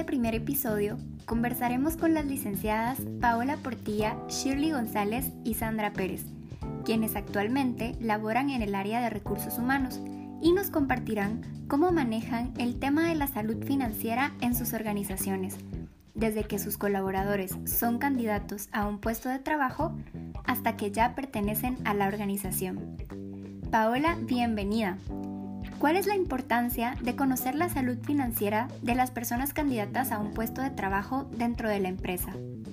primer episodio conversaremos con las licenciadas Paola Portilla, Shirley González y Sandra Pérez, quienes actualmente laboran en el área de recursos humanos y nos compartirán cómo manejan el tema de la salud financiera en sus organizaciones, desde que sus colaboradores son candidatos a un puesto de trabajo hasta que ya pertenecen a la organización. Paola, bienvenida. ¿Cuál es la importancia de conocer la salud financiera de las personas candidatas a un puesto de trabajo dentro de la empresa?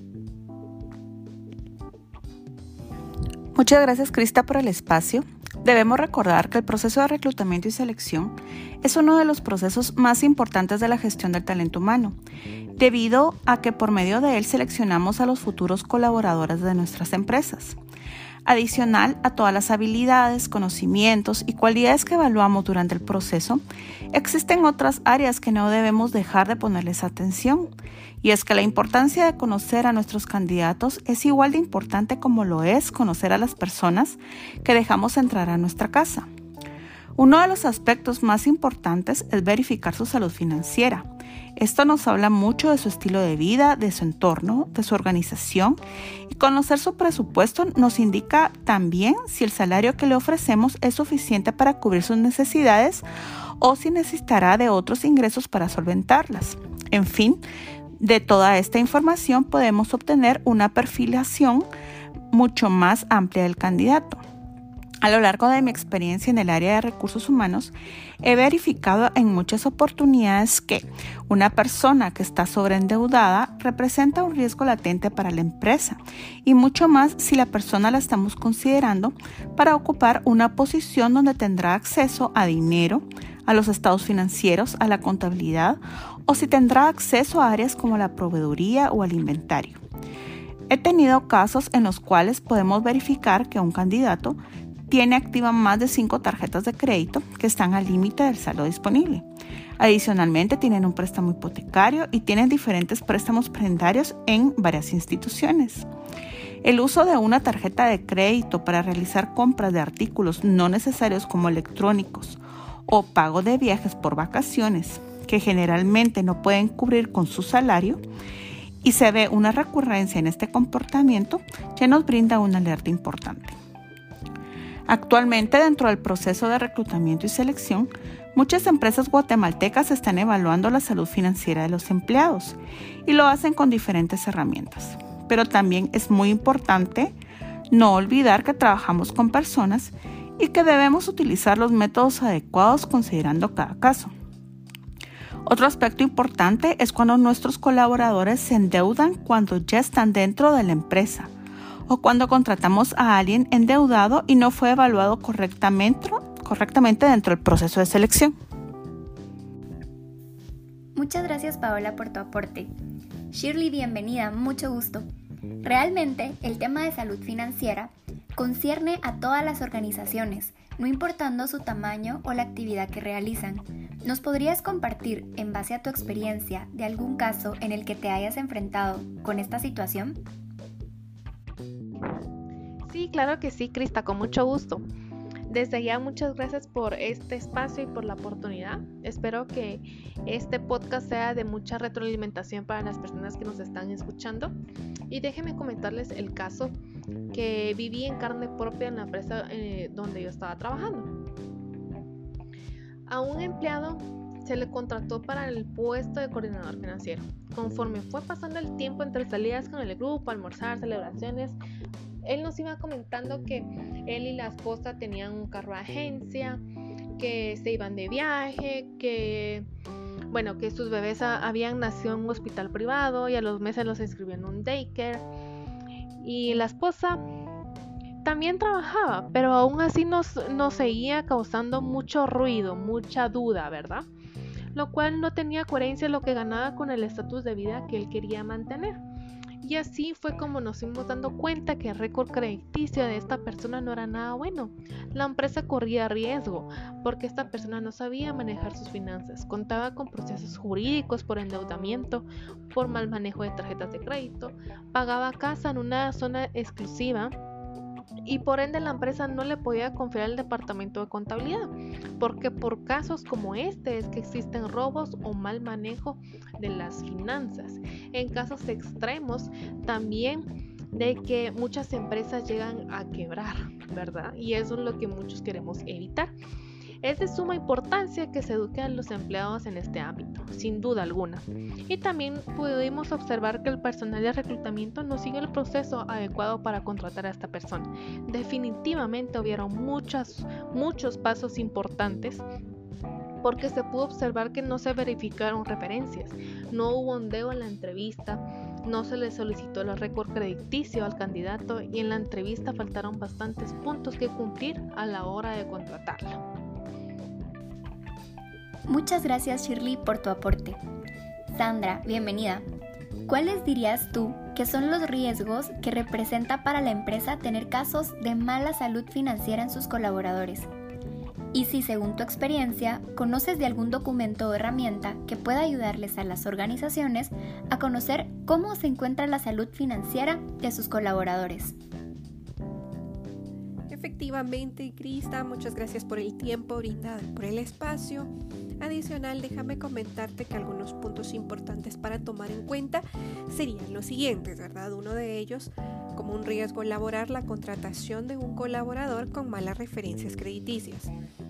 Muchas gracias, Crista, por el espacio. Debemos recordar que el proceso de reclutamiento y selección es uno de los procesos más importantes de la gestión del talento humano, debido a que por medio de él seleccionamos a los futuros colaboradores de nuestras empresas. Adicional a todas las habilidades, conocimientos y cualidades que evaluamos durante el proceso, existen otras áreas que no debemos dejar de ponerles atención. Y es que la importancia de conocer a nuestros candidatos es igual de importante como lo es conocer a las personas que dejamos entrar a nuestra casa. Uno de los aspectos más importantes es verificar su salud financiera. Esto nos habla mucho de su estilo de vida, de su entorno, de su organización, y conocer su presupuesto nos indica también si el salario que le ofrecemos es suficiente para cubrir sus necesidades o si necesitará de otros ingresos para solventarlas. En fin, de toda esta información podemos obtener una perfilación mucho más amplia del candidato. A lo largo de mi experiencia en el área de recursos humanos, he verificado en muchas oportunidades que una persona que está sobreendeudada representa un riesgo latente para la empresa y mucho más si la persona la estamos considerando para ocupar una posición donde tendrá acceso a dinero, a los estados financieros, a la contabilidad o si tendrá acceso a áreas como la proveeduría o el inventario. He tenido casos en los cuales podemos verificar que un candidato tiene activa más de 5 tarjetas de crédito que están al límite del saldo disponible. Adicionalmente, tienen un préstamo hipotecario y tienen diferentes préstamos prendarios en varias instituciones. El uso de una tarjeta de crédito para realizar compras de artículos no necesarios como electrónicos o pago de viajes por vacaciones que generalmente no pueden cubrir con su salario y se ve una recurrencia en este comportamiento, ya nos brinda una alerta importante. Actualmente, dentro del proceso de reclutamiento y selección, muchas empresas guatemaltecas están evaluando la salud financiera de los empleados y lo hacen con diferentes herramientas. Pero también es muy importante no olvidar que trabajamos con personas y que debemos utilizar los métodos adecuados considerando cada caso. Otro aspecto importante es cuando nuestros colaboradores se endeudan cuando ya están dentro de la empresa o cuando contratamos a alguien endeudado y no fue evaluado correctamente dentro del proceso de selección. Muchas gracias, Paola, por tu aporte. Shirley, bienvenida, mucho gusto. Realmente, el tema de salud financiera concierne a todas las organizaciones, no importando su tamaño o la actividad que realizan. ¿Nos podrías compartir, en base a tu experiencia, de algún caso en el que te hayas enfrentado con esta situación? Sí, claro que sí, Crista, con mucho gusto. Desde ya, muchas gracias por este espacio y por la oportunidad. Espero que este podcast sea de mucha retroalimentación para las personas que nos están escuchando. Y déjenme comentarles el caso que viví en carne propia en la empresa donde yo estaba trabajando. A un empleado se le contrató para el puesto de coordinador financiero. Conforme fue pasando el tiempo entre salidas con el grupo, almorzar, celebraciones, él nos iba comentando que él y la esposa tenían un carro de agencia, que se iban de viaje, que sus bebés habían nacido en un hospital privado y a los meses los inscribían en un daycare. Y la esposa también trabajaba, pero aún así nos seguía causando mucho ruido, mucha duda, ¿verdad? Lo cual no tenía coherencia en lo que ganaba con el estatus de vida que él quería mantener. Y así fue como nos fuimos dando cuenta que el récord crediticio de esta persona no era nada bueno. La empresa corría riesgo porque esta persona no sabía manejar sus finanzas, contaba con procesos jurídicos por endeudamiento, por mal manejo de tarjetas de crédito, pagaba casa en una zona exclusiva y por ende la empresa no le podía confiar al departamento de contabilidad, porque por casos como este es que existen robos o mal manejo de las finanzas. En casos extremos también de que muchas empresas llegan a quebrar, ¿verdad? Y eso es lo que muchos queremos evitar. Es de suma importancia que se eduque a los empleados en este ámbito, sin duda alguna. Y también pudimos observar que el personal de reclutamiento no sigue el proceso adecuado para contratar a esta persona. Definitivamente hubieron muchos pasos importantes, porque se pudo observar que no se verificaron referencias, no hubo ondeo en la entrevista, no se le solicitó el récord crediticio al candidato y en la entrevista faltaron bastantes puntos que cumplir a la hora de contratarlo. Muchas gracias, Shirley, por tu aporte. Sandra, bienvenida. ¿Cuáles dirías tú que son los riesgos que representa para la empresa tener casos de mala salud financiera en sus colaboradores? Y si, según tu experiencia, conoces de algún documento o herramienta que pueda ayudarles a las organizaciones a conocer cómo se encuentra la salud financiera de sus colaboradores. Efectivamente, Crista, muchas gracias por el tiempo brindado y por el espacio. Adicional, déjame comentarte que algunos puntos importantes para tomar en cuenta serían los siguientes, ¿verdad? Uno de ellos, como un riesgo laboral, la contratación de un colaborador con malas referencias crediticias.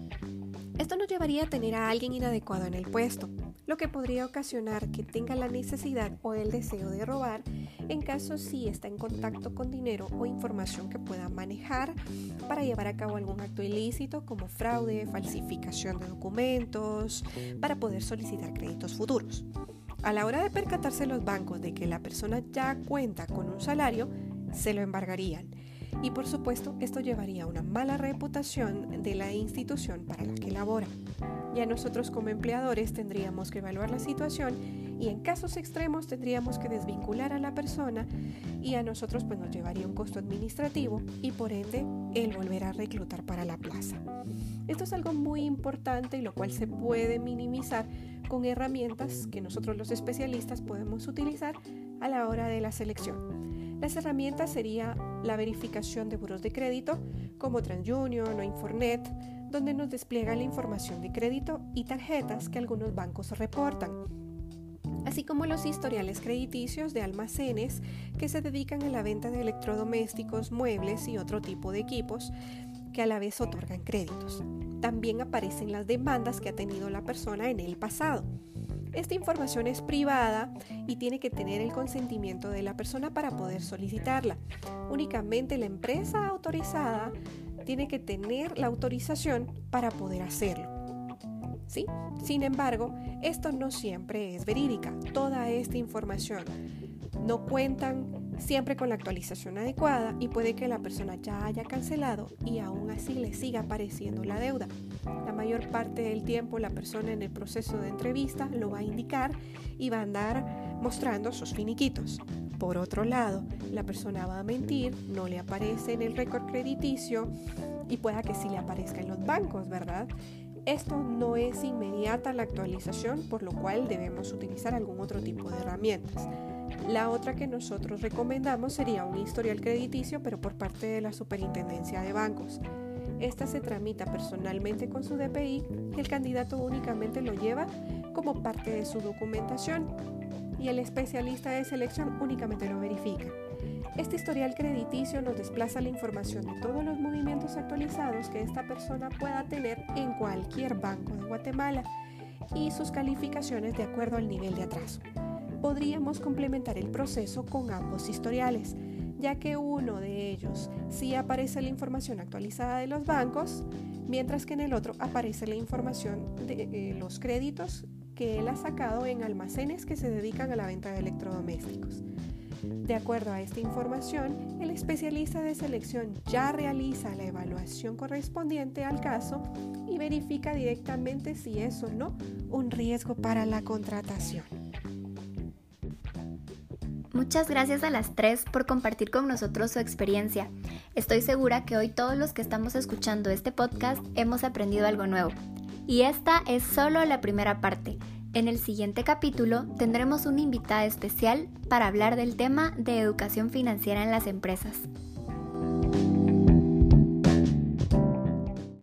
Esto nos llevaría a tener a alguien inadecuado en el puesto, lo que podría ocasionar que tenga la necesidad o el deseo de robar en caso si está en contacto con dinero o información que pueda manejar para llevar a cabo algún acto ilícito como fraude, falsificación de documentos, para poder solicitar créditos futuros. A la hora de percatarse los bancos de que la persona ya cuenta con un salario, se lo embargarían. Y por supuesto, esto llevaría a una mala reputación de la institución para la que labora. Ya nosotros como empleadores tendríamos que evaluar la situación y en casos extremos tendríamos que desvincular a la persona y a nosotros pues nos llevaría un costo administrativo y por ende el volver a reclutar para la plaza. Esto es algo muy importante y lo cual se puede minimizar con herramientas que nosotros los especialistas podemos utilizar a la hora de la selección. Las herramientas sería la verificación de buros de crédito como TransUnion o Infornet, donde nos despliega la información de crédito y tarjetas que algunos bancos reportan, así como los historiales crediticios de almacenes que se dedican a la venta de electrodomésticos, muebles y otro tipo de equipos que a la vez otorgan créditos. También aparecen las demandas que ha tenido la persona en el pasado. Esta información es privada y tiene que tener el consentimiento de la persona para poder solicitarla. Únicamente la empresa autorizada tiene que tener la autorización para poder hacerlo. ¿Sí? Sin embargo, esto no siempre es verídica. Toda esta información no cuentan siempre con la actualización adecuada y puede que la persona ya haya cancelado y aún así le siga apareciendo la deuda. La mayor parte del tiempo la persona en el proceso de entrevista lo va a indicar y va a andar mostrando sus finiquitos. Por otro lado, la persona va a mentir, no le aparece en el récord crediticio y pueda que sí le aparezca en los bancos, ¿verdad? Esto no es inmediata la actualización, por lo cual debemos utilizar algún otro tipo de herramientas. La otra que nosotros recomendamos sería un historial crediticio, pero por parte de la Superintendencia de Bancos. Esta se tramita personalmente con su DPI y el candidato únicamente lo lleva como parte de su documentación y el especialista de selección únicamente lo verifica. Este historial crediticio nos desplaza la información de todos los movimientos actualizados que esta persona pueda tener en cualquier banco de Guatemala y sus calificaciones de acuerdo al nivel de atraso. Podríamos complementar el proceso con ambos historiales, ya que uno de ellos sí aparece la información actualizada de los bancos, mientras que en el otro aparece la información de los créditos que él ha sacado en almacenes que se dedican a la venta de electrodomésticos. De acuerdo a esta información, el especialista de selección ya realiza la evaluación correspondiente al caso y verifica directamente si es o no un riesgo para la contratación. Muchas gracias a las tres por compartir con nosotros su experiencia. Estoy segura que hoy todos los que estamos escuchando este podcast hemos aprendido algo nuevo. Y esta es solo la primera parte. En el siguiente capítulo tendremos una invitada especial para hablar del tema de educación financiera en las empresas.